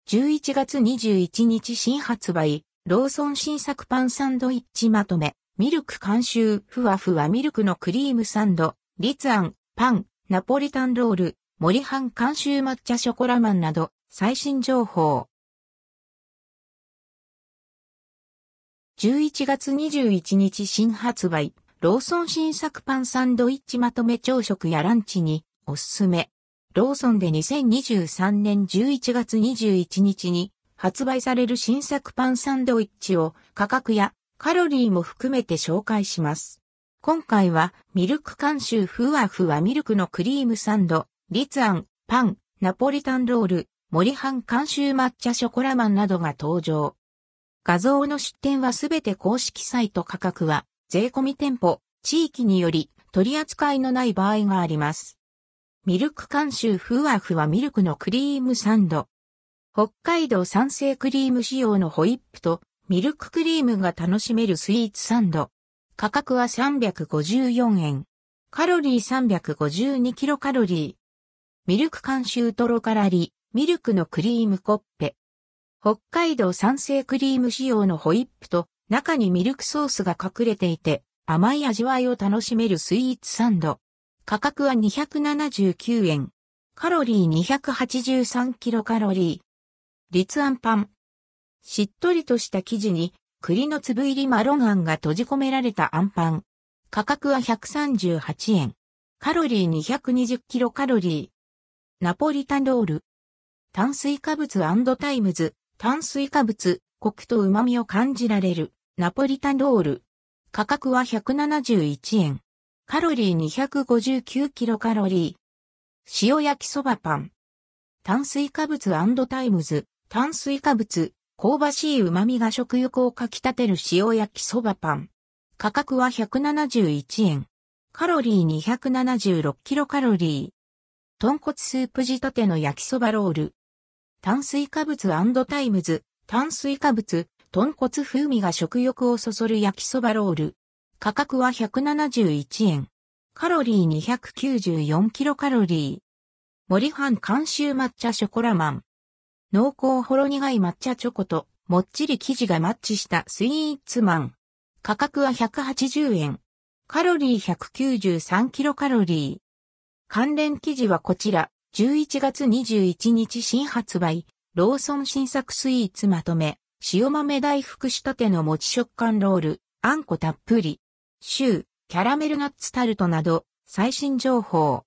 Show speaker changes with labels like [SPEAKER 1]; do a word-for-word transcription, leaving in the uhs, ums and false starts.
[SPEAKER 1] じゅういちがつにじゅういちにち新発売、ローソン新作パンサンドイッチまとめ、ミルク監修ふわふわミルクのクリームサンド、リツアン、パン、ナポリタンロール、森半監修抹茶ショコラマンなど、最新情報。じゅういちがつにじゅういちにち新発売、ローソン新作パンサンドイッチまとめ朝食やランチにおすすめ。ローソンでにせんにじゅうさんねんじゅういちがつにじゅういちにちに発売される新作パンサンドイッチを価格やカロリーも含めて紹介します。今回はミルク監修ふわふわミルクのクリームサンド、リツアン、パン、ナポリタンロール、森半監修抹茶ショコラマンなどが登場。画像の出店はすべて公式サイト価格は税込み店舗、地域により取り扱いのない場合があります。ミルク監修ふわふわミルクのクリームサンド。北海道産生クリーム使用のホイップとミルククリームが楽しめるスイーツサンド。価格はさんびゃくごじゅうよんえん。カロリーさんびゃくごじゅうにキロカロリー。ミルク監修トロカラリ、ミルクのクリームコッペ。北海道産生クリーム使用のホイップと中にミルクソースが隠れていて甘い味わいを楽しめるスイーツサンド。価格はにひゃくななじゅうきゅうえん。カロリーにひゃくはちじゅうさんキロカロリー。立あんパン。しっとりとした生地に栗の粒入りマロンあんが閉じ込められたあんパン。価格はひゃくさんじゅうはちえん。カロリーにひゃくにじゅうキロカロリー。ナポリタンロール。炭水化物&タイムズ。炭水化物、コクと旨味を感じられる。ナポリタンロール。価格はひゃくななじゅういちえん。カロリーにひゃくごじゅうきゅうキロカロリー。塩焼きそばパン。炭水化物&タイムズ。炭水化物、香ばしい旨味が食欲をかき立てる塩焼きそばパン。価格はひゃくななじゅういちえん。カロリーにひゃくななじゅうろくキロカロリー。豚骨スープ仕立ての焼きそばロール。炭水化物&タイムズ。炭水化物、豚骨風味が食欲をそそる焼きそばロール。価格はひゃくななじゅういちえん。カロリーにひゃくきゅうじゅうよんキロカロリー。森半監修抹茶ショコラマン。濃厚ほろ苦い抹茶チョコともっちり生地がマッチしたスイーツマン。価格はひゃくはちじゅうえん。カロリーひゃくきゅうじゅうさんキロカロリー。関連記事はこちら。じゅういちがつにじゅういちにち新発売。ローソン新作スイーツまとめ。塩豆大福仕立ての餅食感ロール。あんこたっぷり。シュー、キャラメルナッツタルトなど、最新情報。